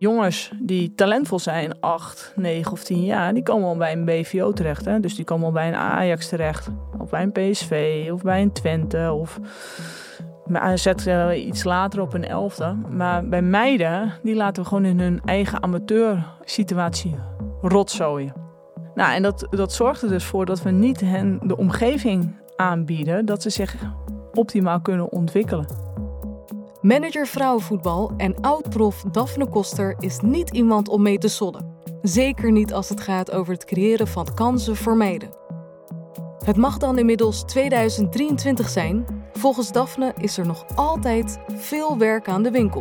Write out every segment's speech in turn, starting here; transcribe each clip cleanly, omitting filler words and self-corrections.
Jongens die talentvol zijn, 8, 9 of 10 jaar, die komen al bij een BVO terecht. Hè? Dus die komen al bij een Ajax terecht. Of bij een PSV, of bij een Twente. Of bij AZ iets later op een 11e. Maar bij meiden, die laten we gewoon in hun eigen amateursituatie rotzooien. Nou, en dat zorgt er dus voor dat we niet hen de omgeving aanbieden dat ze zich optimaal kunnen ontwikkelen. Manager vrouwenvoetbal en oud-prof Daphne Koster is niet iemand om mee te sollen. Zeker niet als het gaat over het creëren van kansen voor meiden. Het mag dan inmiddels 2023 zijn. Volgens Daphne is er nog altijd veel werk aan de winkel.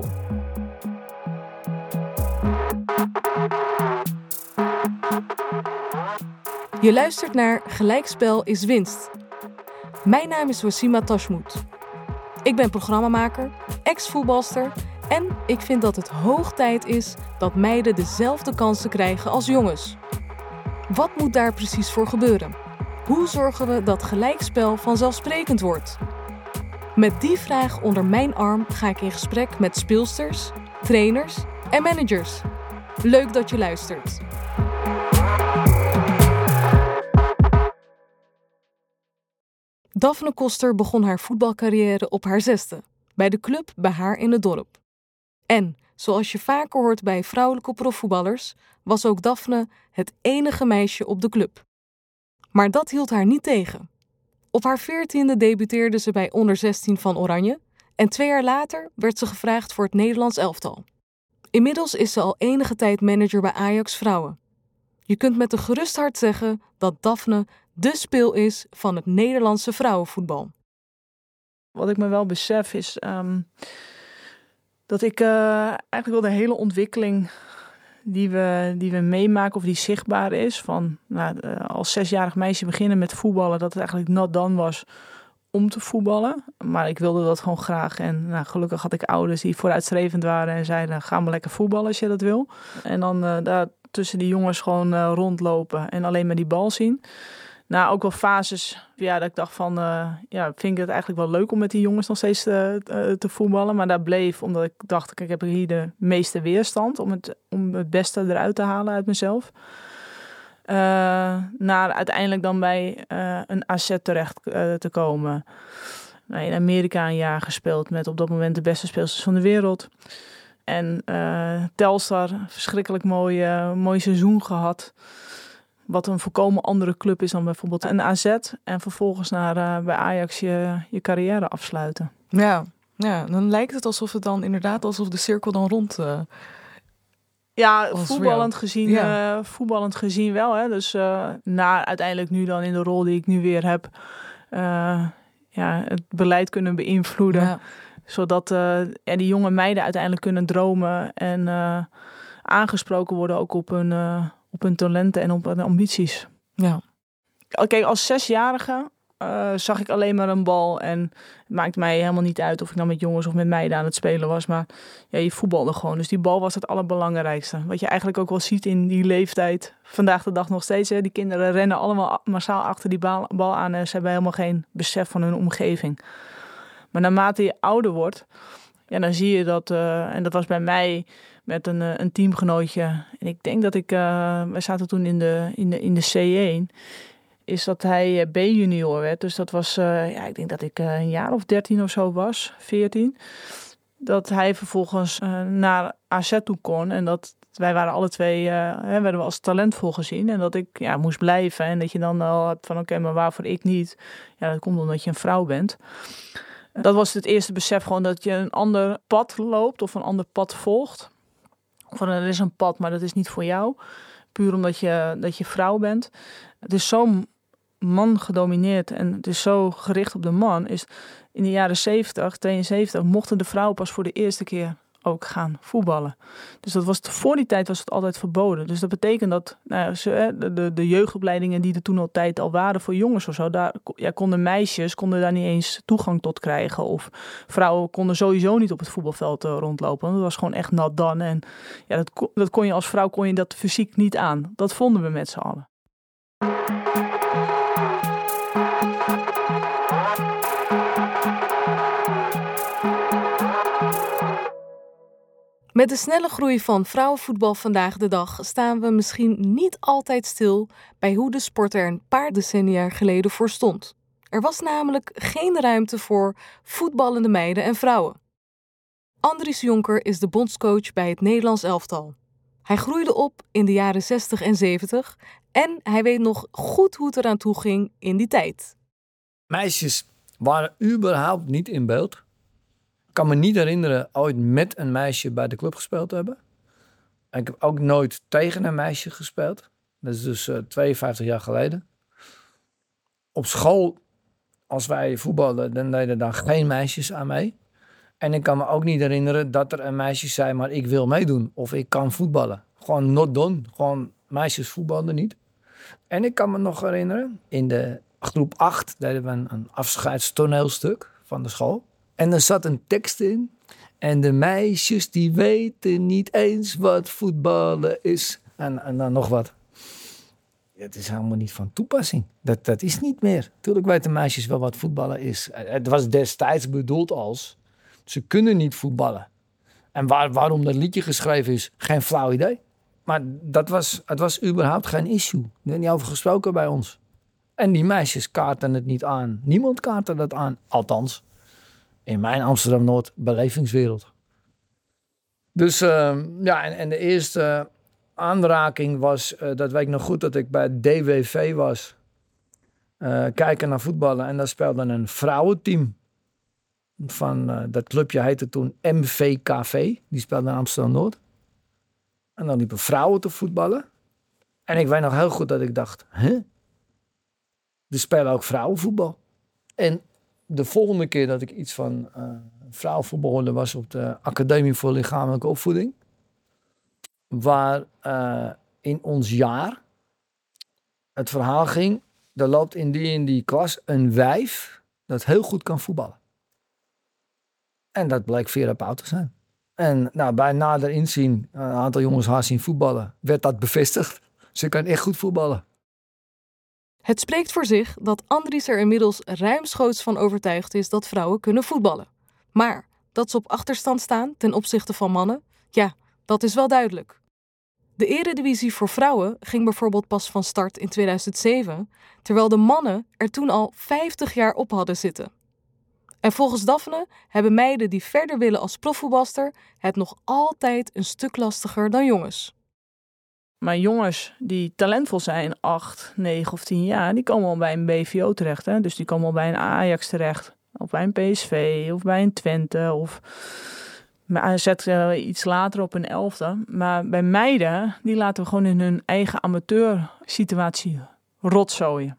Je luistert naar Gelijkspel is winst. Mijn naam is Wassima Tashmout. Ik ben programmamaker, ex-voetbalster en ik vind dat het hoog tijd is dat meiden dezelfde kansen krijgen als jongens. Wat moet daar precies voor gebeuren? Hoe zorgen we dat gelijkspel vanzelfsprekend wordt? Met die vraag onder mijn arm ga ik in gesprek met speelsters, trainers en managers. Leuk dat je luistert. Daphne Koster begon haar voetbalcarrière op haar 6e, bij de club bij haar in het dorp. En, zoals je vaker hoort bij vrouwelijke profvoetballers, was ook Daphne het enige meisje op de club. Maar dat hield haar niet tegen. Op haar 14e debuteerde ze bij onder 16 van Oranje en 2 jaar later werd ze gevraagd voor het Nederlands elftal. Inmiddels is ze al enige tijd manager bij Ajax Vrouwen. Je kunt met een gerust hart zeggen dat Daphne de speel is van het Nederlandse vrouwenvoetbal. Wat ik me wel besef is dat ik eigenlijk wel de hele ontwikkeling die we meemaken of die zichtbaar is van als 6-jarig meisje beginnen met voetballen, dat het eigenlijk not done was om te voetballen. Maar ik wilde dat gewoon graag en gelukkig had ik ouders die vooruitstrevend waren en zeiden ga maar lekker voetballen als je dat wil. En dan daar tussen die jongens gewoon rondlopen en alleen maar die bal zien. Nou, ook wel fases dat ik dacht van, vind ik het eigenlijk wel leuk om met die jongens nog steeds te voetballen. Maar daar bleef, omdat ik dacht, ik heb hier de meeste weerstand om het beste eruit te halen uit mezelf. Naar uiteindelijk dan bij een AZ terecht te komen. In Amerika een jaar gespeeld met op dat moment de beste speelsters van de wereld. En Telstar, verschrikkelijk mooi seizoen gehad. Wat een volkomen andere club is dan bijvoorbeeld een AZ. En vervolgens bij Ajax je carrière afsluiten. Ja, dan lijkt het alsof het dan inderdaad alsof de cirkel dan rond... voetballend gezien wel. Hè. Dus uiteindelijk nu dan in de rol die ik nu weer heb... het beleid kunnen beïnvloeden. Ja. Zodat die jonge meiden uiteindelijk kunnen dromen... en aangesproken worden ook op hun talenten en op hun ambities. Ja. Kijk, als 6-jarige zag ik alleen maar een bal. En het maakte mij helemaal niet uit of ik nou met jongens of met meiden aan het spelen was. Maar je voetbalde gewoon. Dus die bal was het allerbelangrijkste. Wat je eigenlijk ook wel ziet in die leeftijd. Vandaag de dag nog steeds. Hè, die kinderen rennen allemaal massaal achter die bal aan. En ze hebben helemaal geen besef van hun omgeving. Maar naarmate je ouder wordt, dan zie je dat... en dat was bij mij... met een teamgenootje. En ik denk dat wij zaten toen in de C1. Is dat hij B-junior werd. Dus dat was, ik denk dat ik een jaar of 13 of zo was. 14. Dat hij vervolgens naar AZ toe kon. En dat wij waren alle twee, werden we als talentvol gezien. En dat ik moest blijven. En dat je dan al hebt van oké, maar waarvoor ik niet? Ja, dat komt omdat je een vrouw bent. Dat was het eerste besef gewoon dat je een ander pad loopt. Of een ander pad volgt. Van er is een pad, maar dat is niet voor jou. Puur omdat je vrouw bent. Het is zo man gedomineerd en het is zo gericht op de man. Is in de jaren 70, 72 mochten de vrouwen pas voor de eerste keer ook gaan voetballen. Dus dat was voor die tijd was het altijd verboden. Dus dat betekent dat de jeugdopleidingen die er toen altijd al waren voor jongens of zo, konden meisjes daar niet eens toegang tot krijgen. Of vrouwen konden sowieso niet op het voetbalveld rondlopen. Want dat was gewoon echt not done. En dat kon je als vrouw dat fysiek niet aan. Dat vonden we met z'n allen. Met de snelle groei van vrouwenvoetbal vandaag de dag staan we misschien niet altijd stil bij hoe de sport er een paar decennia geleden voor stond. Er was namelijk geen ruimte voor voetballende meiden en vrouwen. Andries Jonker is de bondscoach bij het Nederlands elftal. Hij groeide op in de jaren 60 en 70 en hij weet nog goed hoe het eraan toe ging in die tijd. Meisjes waren überhaupt niet in beeld. Ik kan me niet herinneren ooit met een meisje bij de club gespeeld te hebben. Ik heb ook nooit tegen een meisje gespeeld. Dat is dus 52 jaar geleden. Op school, als wij voetbalden, dan deden daar geen meisjes aan mee. En ik kan me ook niet herinneren dat er een meisje zei, maar ik wil meedoen of ik kan voetballen. Gewoon not done. Gewoon meisjes voetbalden niet. En ik kan me nog herinneren, in de groep 8 deden we een afscheidstoneelstuk van de school. En er zat een tekst in. En de meisjes die weten niet eens wat voetballen is. En dan nog wat. Het is helemaal niet van toepassing. Dat is niet meer. Tuurlijk weten meisjes wel wat voetballen is. Het was destijds bedoeld als, ze kunnen niet voetballen. En waarom dat liedje geschreven is, geen flauw idee. Maar het was überhaupt geen issue. Er werd niet over gesproken bij ons. En die meisjes kaarten het niet aan. Niemand kaartte dat aan. Althans, in mijn Amsterdam-Noord belevingswereld. Dus en de eerste aanraking was, dat weet ik nog goed, dat ik bij DWV was. Kijken naar voetballen. En daar speelde een vrouwenteam. Van dat clubje heette toen MVKV. Die speelde in Amsterdam-Noord. En dan liepen vrouwen te voetballen. En ik weet nog heel goed dat ik dacht, er spelen ook vrouwenvoetbal. En de volgende keer dat ik iets van vrouwenvoetbal hoorde was op de Academie voor Lichamelijke Opvoeding. Waar in ons jaar het verhaal ging, er loopt in die klas een wijf dat heel goed kan voetballen. En dat bleek Vera Pauw te zijn. En bij nader inzien, een aantal jongens haar zien voetballen, werd dat bevestigd. Ze kan echt goed voetballen. Het spreekt voor zich dat Andries er inmiddels ruimschoots van overtuigd is dat vrouwen kunnen voetballen. Maar dat ze op achterstand staan ten opzichte van mannen, ja, dat is wel duidelijk. De eredivisie voor vrouwen ging bijvoorbeeld pas van start in 2007, terwijl de mannen er toen al 50 jaar op hadden zitten. En volgens Daphne hebben meiden die verder willen als profvoetbalster het nog altijd een stuk lastiger dan jongens. Maar jongens die talentvol zijn, 8, 9 of 10 jaar, die komen al bij een BVO terecht. Hè? Dus die komen al bij een Ajax terecht. Of bij een PSV of bij een Twente. Of bij AZ iets later op een 11e. Maar bij meiden, die laten we gewoon in hun eigen amateursituatie rotzooien.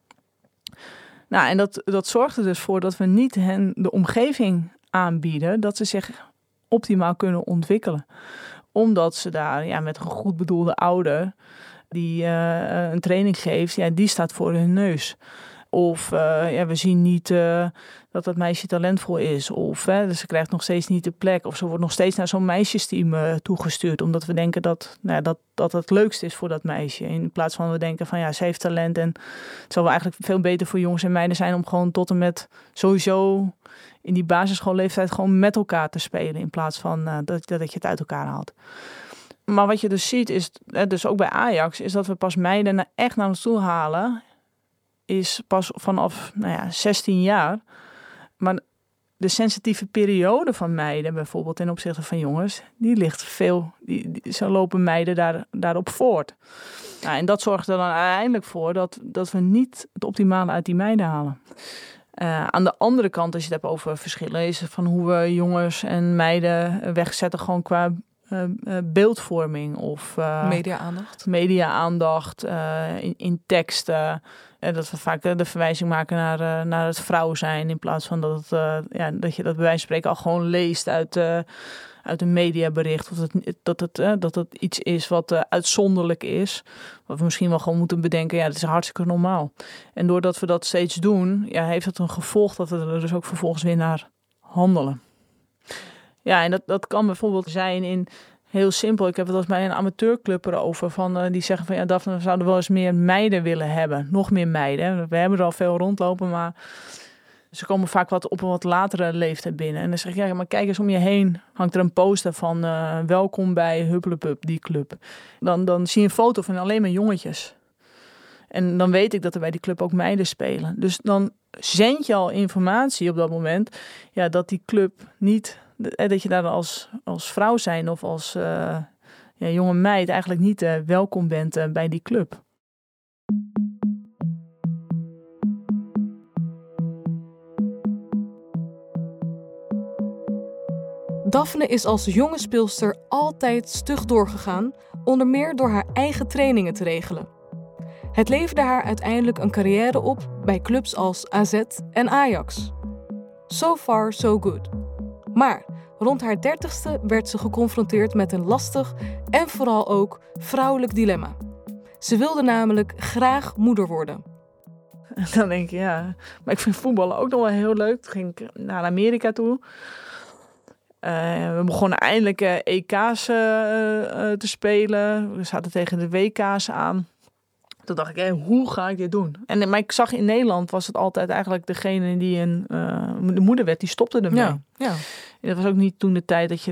Nou, en dat zorgt er dus voor dat we niet hen de omgeving aanbieden dat ze zich optimaal kunnen ontwikkelen. Omdat ze daar met een goed bedoelde ouder die een training geeft, die staat voor hun neus. Of we zien niet dat dat meisje talentvol is. Of dus ze krijgt nog steeds niet de plek. Of ze wordt nog steeds naar zo'n meisjesteam toegestuurd. Omdat we denken dat het leukste is voor dat meisje. In plaats van we denken van ze heeft talent. En het zou wel eigenlijk veel beter voor jongens en meiden zijn om gewoon tot en met sowieso in die basisschoolleeftijd gewoon met elkaar te spelen. In plaats van dat je het uit elkaar haalt. Maar wat je dus ziet is, dus ook bij Ajax, is dat we pas meiden echt naar ons toe halen. Is pas vanaf 16 jaar. Maar de sensitieve periode van meiden bijvoorbeeld ten opzichte van jongens, die ligt veel. Zo lopen meiden daarop voort. En dat zorgt er dan uiteindelijk voor dat we niet het optimale uit die meiden halen. Aan de andere kant, als je het hebt over verschillen, is het van hoe we jongens en meiden wegzetten gewoon qua beeldvorming of media-aandacht in teksten. Dat we vaak de verwijzing maken naar het vrouw zijn in plaats van dat je dat bij wijze van spreken al gewoon leest uit een mediabericht. Of dat het iets is wat uitzonderlijk is. Wat we misschien wel gewoon moeten bedenken, dat is hartstikke normaal. En doordat we dat steeds doen, heeft het een gevolg dat we er dus ook vervolgens weer naar handelen. Ja, en dat kan bijvoorbeeld zijn in, heel simpel, ik heb het als bij een amateurclub erover, van die zeggen van Daphne, we zouden wel eens meer meiden willen hebben. Nog meer meiden. We hebben er al veel rondlopen, maar Ze komen vaak op een wat latere leeftijd binnen. En dan zeg ik, ja, maar kijk eens om je heen. Hangt er een poster van welkom bij Huppelepup, die club. Dan zie je een foto van alleen maar jongetjes. En dan weet ik dat er bij die club ook meiden spelen. Dus dan zend je al informatie op dat moment. Ja, dat die club niet... Dat je daar als vrouw zijn of als jonge meid eigenlijk niet welkom bent bij die club. Daphne is als jonge speelster altijd stug doorgegaan, onder meer door haar eigen trainingen te regelen. Het leverde haar uiteindelijk een carrière op bij clubs als AZ en Ajax. So far, so good. Maar rond haar 30ste werd ze geconfronteerd met een lastig en vooral ook vrouwelijk dilemma. Ze wilde namelijk graag moeder worden. Dan denk je, ja, maar ik vind voetballen ook nog wel heel leuk. Toen ging ik naar Amerika toe. We begonnen eindelijk EK's te spelen. We zaten tegen de WK's aan. Toen dacht ik, hoe ga ik dit doen? Maar ik zag in Nederland was het altijd eigenlijk degene die de moeder werd, die stopte ermee. Ja. En dat was ook niet toen de tijd dat je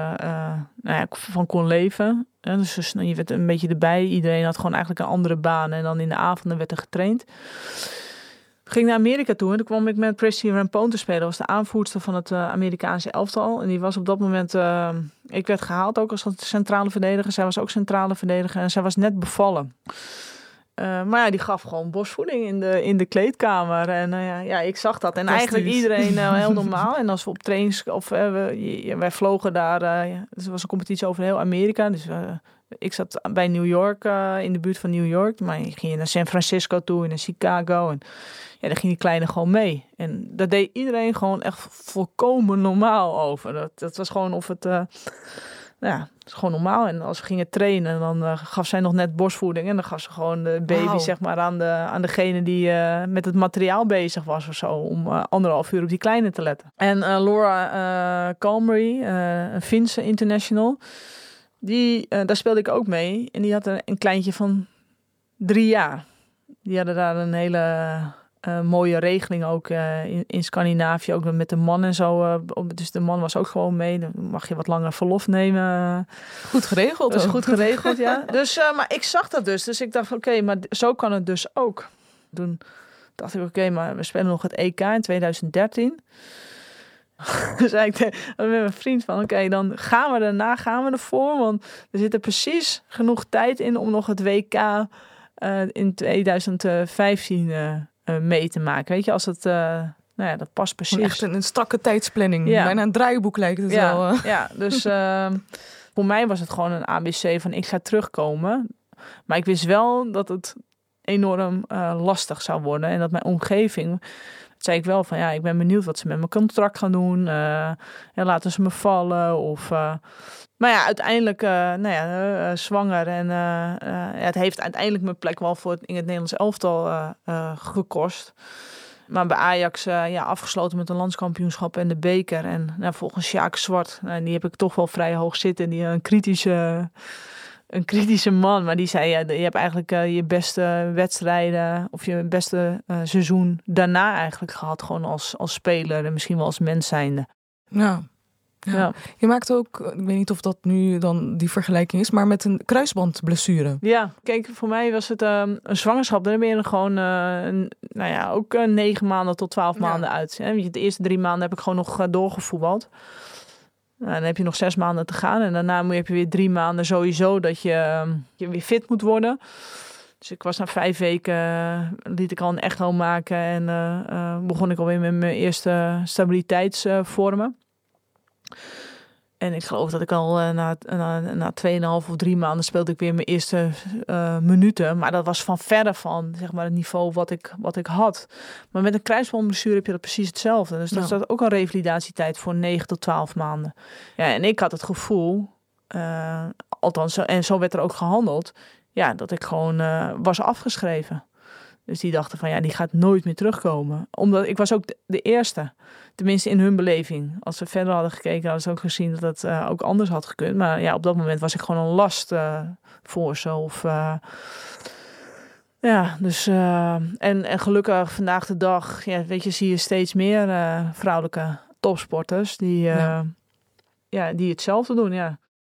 er van kon leven. Dus je werd een beetje erbij. Iedereen had gewoon eigenlijk een andere baan. En dan in de avonden werd er getraind. Ik ging naar Amerika toe en toen kwam ik met Christy Rampone te spelen. Dat was de aanvoerster van het Amerikaanse elftal. En die was op dat moment... ik werd gehaald ook als centrale verdediger. Zij was ook centrale verdediger en zij was net bevallen. Maar ja, die gaf gewoon borstvoeding in de kleedkamer. En ik zag dat. En eigenlijk iedereen heel normaal. En als we op trainings... wij vlogen daar... dus er was een competitie over heel Amerika. Dus ik zat bij New York, in de buurt van New York. Maar je ging naar San Francisco toe en naar Chicago. En ja, daar ging die kleine gewoon mee. En dat deed iedereen gewoon echt volkomen normaal over. Dat was gewoon of het... het is gewoon normaal. En als we gingen trainen, dan gaf zij nog net borstvoeding. En dan gaf ze gewoon de baby zeg maar aan degene die met het materiaal bezig was of zo. Om 1,5 uur op die kleine te letten. En Laura Calmery, een Finse international. Daar speelde ik ook mee. En die had een kleintje van 3 jaar. Die hadden daar een hele... mooie regeling ook in Scandinavië, ook met de man en zo. Dus de man was ook gewoon mee. Dan mag je wat langer verlof nemen. Goed geregeld. Dat is goed geregeld, ja. Dus, maar ik zag dat dus. Dus ik dacht, oké, maar zo kan het dus ook. Toen dacht ik, oké, maar we spelen nog het EK in 2013. Dus zei ik met mijn vriend van, oké, dan gaan we ervoor. Want er zit er precies genoeg tijd in om nog het WK in 2015 mee te maken. Weet je, als het... dat past precies. Echt een strakke tijdsplanning. Ja. Bijna een draaiboek lijkt het wel. Ja, dus voor mij was het gewoon een ABC van ik ga terugkomen. Maar ik wist wel dat het enorm lastig zou worden. En dat mijn omgeving... zei ik wel van ik ben benieuwd wat ze met mijn contract gaan doen. En laten ze me vallen of... Maar ja, uiteindelijk zwanger. En het heeft uiteindelijk mijn plek wel in het Nederlands elftal gekost. Maar bij Ajax afgesloten met een landskampioenschap en de beker. En volgens Sjaak Zwart, die heb ik toch wel vrij hoog zitten. Die een kritische man. Maar die zei, je hebt eigenlijk je beste wedstrijden of je beste seizoen daarna eigenlijk gehad. Gewoon als speler en misschien wel als mens zijnde. Ja. Je maakt ook, ik weet niet of dat nu dan die vergelijking is, maar met een kruisbandblessure. Ja, kijk, voor mij was het een zwangerschap. Dan ben je er gewoon, ook 9 maanden tot 12 maanden uit. Hè? De eerste 3 maanden heb ik gewoon nog doorgevoetbald. Dan heb je nog 6 maanden te gaan. En daarna heb je weer 3 maanden sowieso dat je weer fit moet worden. Dus ik was na 5 weken, liet ik al een echo maken. En begon ik alweer met mijn eerste stabiliteitsvormen. En ik geloof dat ik al na 2,5 of 3 maanden speelde ik weer mijn eerste minuten. Maar dat was van verre van zeg maar, het niveau wat ik had. Maar met een kruisbandblessure heb je dat precies hetzelfde. Dus dat is ook een revalidatietijd voor 9 tot 12 maanden. Ja, en ik had het gevoel, althans, en zo werd er ook gehandeld, dat ik gewoon was afgeschreven. Dus die dachten van die gaat nooit meer terugkomen. Omdat ik was ook de eerste. Tenminste in hun beleving. Als we verder hadden gekeken hadden ze ook gezien dat het ook anders had gekund. Maar op dat moment was ik gewoon een last voor ze. Ja, dus en gelukkig vandaag de dag, zie je steeds meer vrouwelijke topsporters die hetzelfde doen, ja.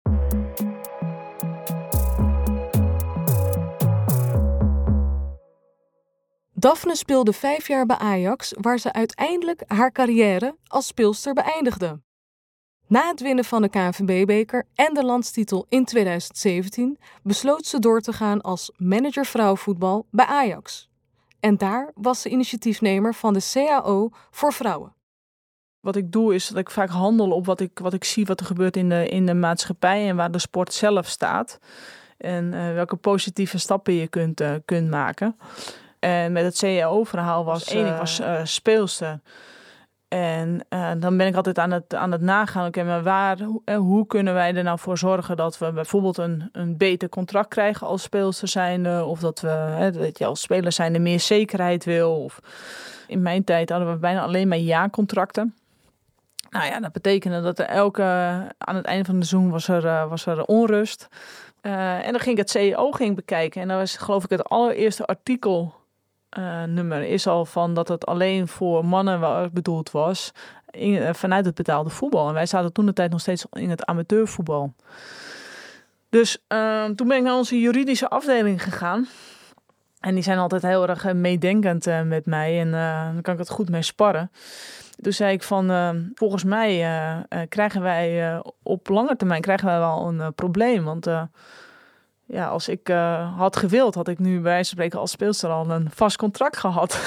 Daphne speelde 5 jaar bij Ajax, waar ze uiteindelijk haar carrière als speelster beëindigde. Na het winnen van de KNVB-beker en de landstitel in 2017 besloot ze door te gaan als manager vrouwenvoetbal bij Ajax. En daar was ze initiatiefnemer van de CAO voor vrouwen. Wat ik doe is dat ik vaak handel op wat ik zie wat er gebeurt in de maatschappij en waar de sport zelf staat. En welke positieve stappen je kunt maken. En met het CAO-verhaal was ik was speelster. En dan ben ik altijd aan het nagaan. Oké, maar hoe kunnen wij er nou voor zorgen dat we bijvoorbeeld een beter contract krijgen als speelster zijnde, of dat je als speler zijnde meer zekerheid wil. Of in mijn tijd hadden we bijna alleen maar jaarcontracten. Nou ja, dat betekende dat aan het einde van het seizoen was er onrust. En dan ging ik het CAO bekijken. En dat was geloof ik het allereerste artikel. Nummer is al van dat het alleen voor mannen bedoeld was vanuit het betaalde voetbal. En wij zaten toen de tijd nog steeds in het amateurvoetbal. Dus toen ben ik naar onze juridische afdeling gegaan. En die zijn altijd heel erg meedenkend met mij. En dan kan ik het goed mee sparren. Toen zei ik van, volgens mij krijgen wij op lange termijn wel een probleem. Want als ik had gewild, had ik nu bij wijze van spreken als speelster al een vast contract gehad.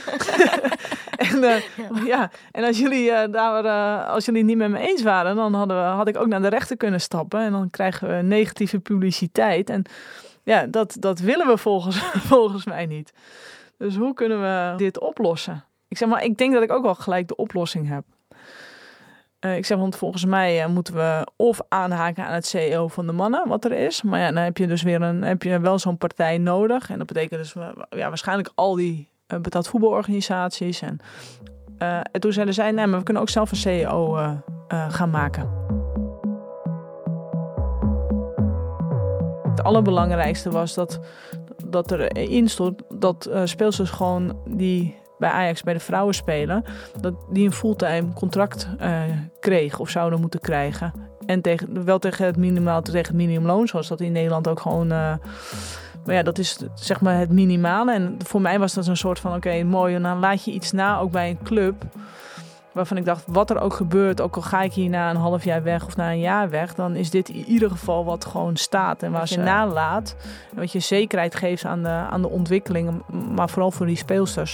En als jullie het niet met me eens waren, dan had ik ook naar de rechter kunnen stappen. En dan krijgen we negatieve publiciteit. En ja, dat willen we volgens mij niet. Dus hoe kunnen we dit oplossen? Ik zeg maar, ik denk dat ik ook wel gelijk de oplossing heb. Want volgens mij moeten we of aanhaken aan het CEO van de mannen, wat er is. Maar ja, dan heb je dus wel zo'n partij nodig. En dat betekent dus waarschijnlijk al die betaald voetbalorganisaties. En toen zeiden zij, nee, maar we kunnen ook zelf een CEO gaan maken. Het allerbelangrijkste was dat er in stond dat speelsters gewoon die bij Ajax bij de vrouwen spelen, dat die een fulltime contract kreeg of zouden moeten krijgen. En tegen het minimumloon, zoals dat in Nederland ook gewoon. Maar ja, dat is zeg maar het minimale. En voor mij was dat een soort van, oké, mooi. En dan laat je iets na, ook bij een club, waarvan ik dacht, wat er ook gebeurt, ook al ga ik hier na een half jaar weg of na een jaar weg, dan is dit in ieder geval wat gewoon staat en waar je nalaat. En wat je zekerheid geeft aan de ontwikkeling, maar vooral voor die speelsters.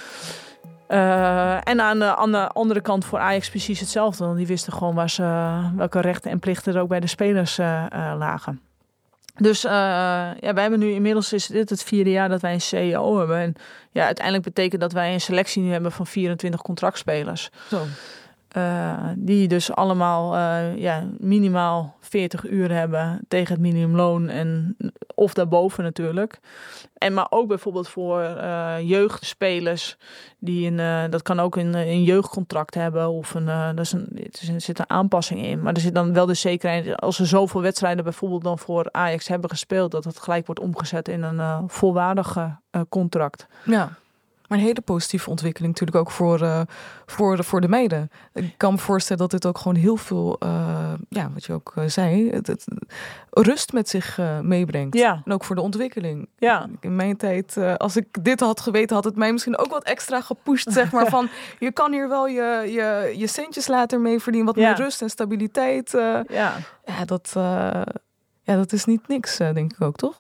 En aan de andere kant voor Ajax precies hetzelfde. Want die wisten gewoon welke rechten en plichten er ook bij de spelers lagen. Dus wij hebben nu inmiddels, is dit het 4e jaar dat wij een CEO hebben. En ja, uiteindelijk betekent dat wij een selectie nu hebben van 24 contractspelers. Zo. Die dus allemaal minimaal 40 uur hebben tegen het minimumloon of daarboven natuurlijk. Maar ook bijvoorbeeld voor jeugdspelers die dat kan ook een jeugdcontract hebben of er zit een aanpassing in. Maar er zit dan wel de zekerheid, als ze zoveel wedstrijden bijvoorbeeld dan voor Ajax hebben gespeeld, dat het gelijk wordt omgezet in een volwaardig contract. Ja. Maar een hele positieve ontwikkeling natuurlijk ook voor de meiden. Ik kan me voorstellen dat dit ook gewoon heel veel, wat je ook zei, het rust met zich meebrengt. Ja. En ook voor de ontwikkeling. Ja. In mijn tijd, als ik dit had geweten, had het mij misschien ook wat extra gepusht, zeg maar. Van, je kan hier wel je centjes later mee verdienen, wat meer rust en stabiliteit. Dat is niet niks, denk ik ook, toch?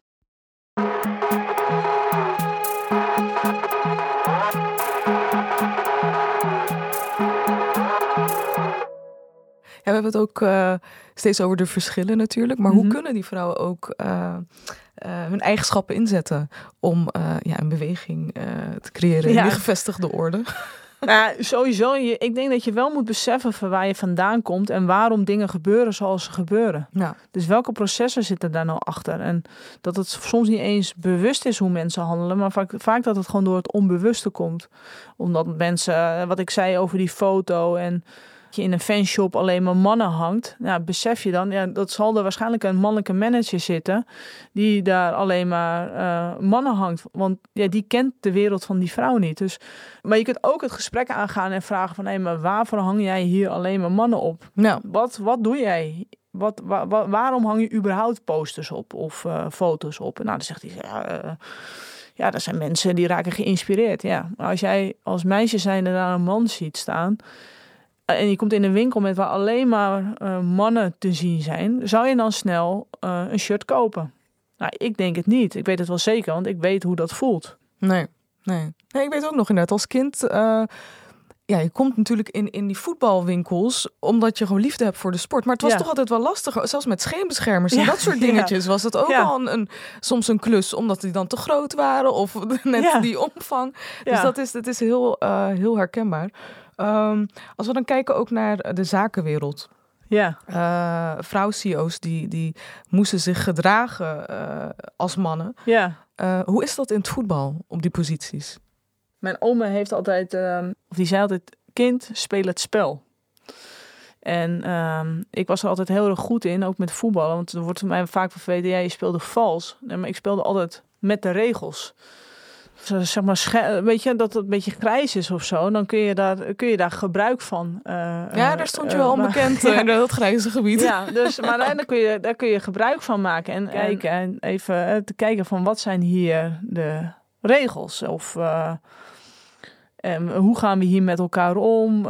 Ja, we hebben het ook steeds over de verschillen natuurlijk. Maar hoe kunnen die vrouwen ook hun eigenschappen inzetten om een beweging te creëren in die gevestigde orde? Nou, sowieso. Ik denk dat je wel moet beseffen van waar je vandaan komt en waarom dingen gebeuren zoals ze gebeuren. Ja. Dus welke processen zitten daar nou achter? En dat het soms niet eens bewust is hoe mensen handelen, maar vaak dat het gewoon door het onbewuste komt. Omdat mensen, wat ik zei over die foto en je in een fanshop alleen maar mannen hangt. Nou, besef je dan, dat zal er waarschijnlijk een mannelijke manager zitten die daar alleen maar mannen hangt. Want die kent de wereld van die vrouw niet. Dus, maar je kunt ook het gesprek aangaan en vragen van, maar waarvoor hang jij hier alleen maar mannen op? Nou. Wat doe jij? Waarom hang je überhaupt posters op of foto's op? En nou, dan zegt hij, dat zijn mensen die raken geïnspireerd. Ja, maar als jij als meisje zijnde daar een man ziet staan en je komt in een winkel met waar alleen maar mannen te zien zijn, zou je dan snel een shirt kopen? Nou, ik denk het niet. Ik weet het wel zeker, want ik weet hoe dat voelt. Nee, ik weet ook nog inderdaad als kind. Je komt natuurlijk in die voetbalwinkels omdat je gewoon liefde hebt voor de sport. Maar het was toch altijd wel lastig. Zelfs met scheenbeschermers en dat soort dingetjes was het ook al soms een klus. Omdat die dan te groot waren of net die omvang. Dus dat is heel, heel herkenbaar. Als we dan kijken ook naar de zakenwereld. Ja. Vrouw-CEO's die moesten zich gedragen als mannen. Ja. Hoe is dat in het voetbal op die posities? Mijn oma heeft altijd, die zei altijd, kind, speel het spel. En ik was er altijd heel erg goed in, ook met voetballen. Want er wordt van mij vaak verweten, je speelde vals. Nee, maar ik speelde altijd met de regels. Dus, zeg maar, weet je, dat het een beetje grijs is of zo. Dan kun je daar gebruik van. Daar stond je wel onbekend in dat grijze gebied. Ja, dus, maar daar kun je gebruik van maken. En kijken en even te kijken van wat zijn hier de regels? Of hoe gaan we hier met elkaar om?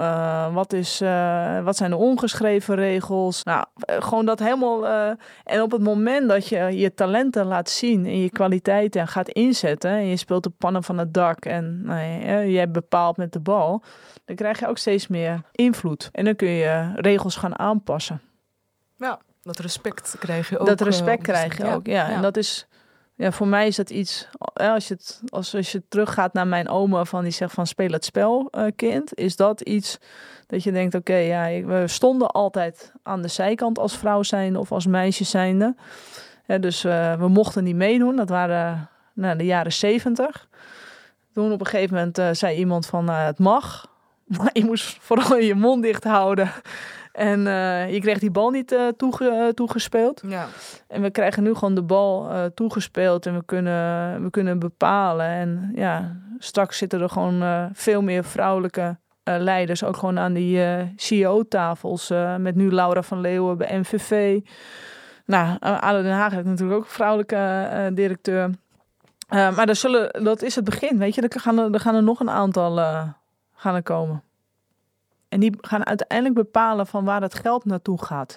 Wat zijn de ongeschreven regels? Nou, gewoon dat helemaal. En op het moment dat je je talenten laat zien en je kwaliteiten gaat inzetten en je speelt de pannen van het dak en jij bepaalt met de bal, dan krijg je ook steeds meer invloed. En dan kun je regels gaan aanpassen. Ja, dat respect krijg je ook. Dat respect krijg je ook, ja. En dat is. Ja, voor mij is dat iets, als je teruggaat naar mijn oma die zegt van speel het spel, kind, is dat iets dat je denkt, we stonden altijd aan de zijkant als vrouw zijnde of als meisje zijnde. Ja, dus we mochten niet meedoen, dat waren de jaren 70. Toen op een gegeven moment zei iemand van het mag, maar je moest vooral je mond dicht houden. En je kreeg die bal niet toegespeeld. Ja. En we krijgen nu gewoon de bal toegespeeld en we kunnen bepalen. En straks zitten er gewoon veel meer vrouwelijke leiders ook gewoon aan die CEO-tafels. Met nu Laura van Leeuwen bij MVV. Nou, ADO Den Haag heeft natuurlijk ook een vrouwelijke directeur. Maar dat is het begin, weet je. Er gaan er nog een aantal gaan er komen. En die gaan uiteindelijk bepalen van waar het geld naartoe gaat.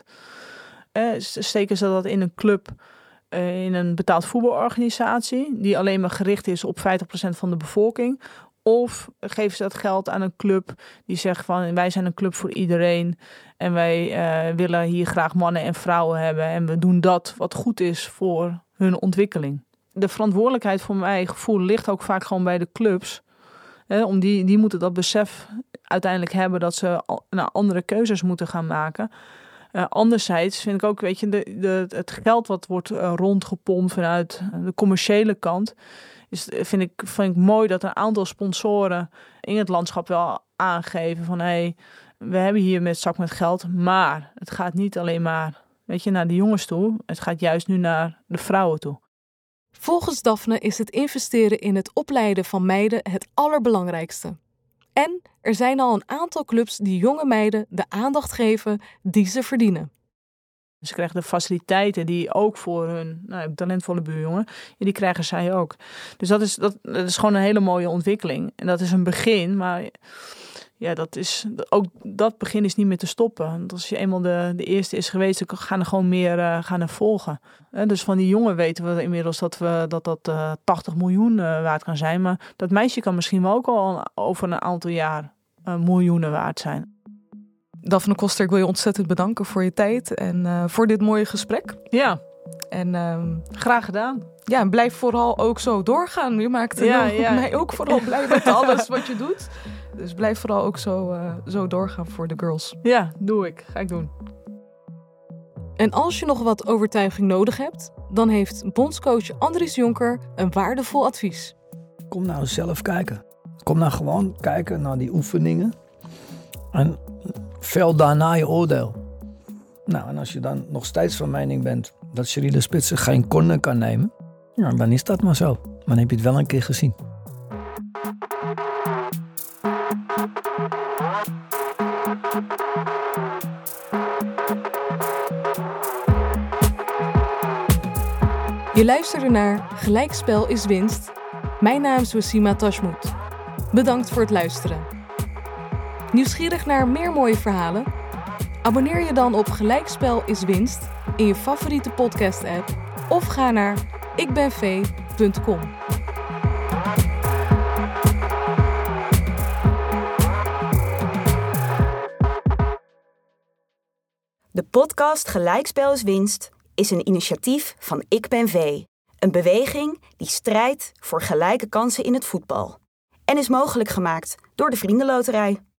Steken ze dat in een club, in een betaald voetbalorganisatie, die alleen maar gericht is op 50% van de bevolking. Of geven ze dat geld aan een club die zegt van wij zijn een club voor iedereen. En wij willen hier graag mannen en vrouwen hebben. En we doen dat wat goed is voor hun ontwikkeling. De verantwoordelijkheid voor mijn gevoel ligt ook vaak gewoon bij de clubs. Die moeten dat besef uiteindelijk hebben dat ze andere keuzes moeten gaan maken. Anderzijds vind ik ook, weet je, het geld wat wordt rondgepompt vanuit de commerciële kant, vind ik mooi dat een aantal sponsoren in het landschap wel aangeven van we hebben hier met zak met geld, maar het gaat niet alleen maar, weet je, naar de jongens toe. Het gaat juist nu naar de vrouwen toe. Volgens Daphne is het investeren in het opleiden van meiden het allerbelangrijkste. En er zijn al een aantal clubs die jonge meiden de aandacht geven die ze verdienen. Ze krijgen de faciliteiten die ook voor hun talentvolle buurjongen, die krijgen zij ook. Dus dat is gewoon een hele mooie ontwikkeling. En dat is een begin, maar dat begin is niet meer te stoppen. Want als je eenmaal de eerste is geweest, dan gaan er gewoon meer gaan er volgen. Dus van die jongen weten we inmiddels dat 80 miljoen waard kan zijn. Maar dat meisje kan misschien wel ook al over een aantal jaar miljoenen waard zijn. Daphne Koster, ik wil je ontzettend bedanken voor je tijd en voor dit mooie gesprek. Ja. En graag gedaan. Ja, en blijf vooral ook zo doorgaan. Je maakt mij ook vooral blij met alles wat je doet. Dus blijf vooral ook zo doorgaan voor de girls. Ja, doe ik. Ga ik doen. En als je nog wat overtuiging nodig hebt, dan heeft bondscoach Andries Jonker een waardevol advies. Kom nou zelf kijken. Kom nou gewoon kijken naar die oefeningen. En vel daarna je oordeel. Nou, en als je dan nog steeds van mening bent dat Sheryl Spitsen geen corner kan nemen, ja, dan is dat maar zo. Maar dan heb je het wel een keer gezien. Je luisterde naar Gelijkspel is winst. Mijn naam is Wassima Tashmout. Bedankt voor het luisteren. Nieuwsgierig naar meer mooie verhalen? Abonneer je dan op Gelijkspel is winst in je favoriete podcast-app of ga naar ikbenvee.com. De podcast Gelijkspel is winst is een initiatief van Ik Ben Vee. Een beweging die strijdt voor gelijke kansen in het voetbal. En is mogelijk gemaakt door de Vriendenloterij.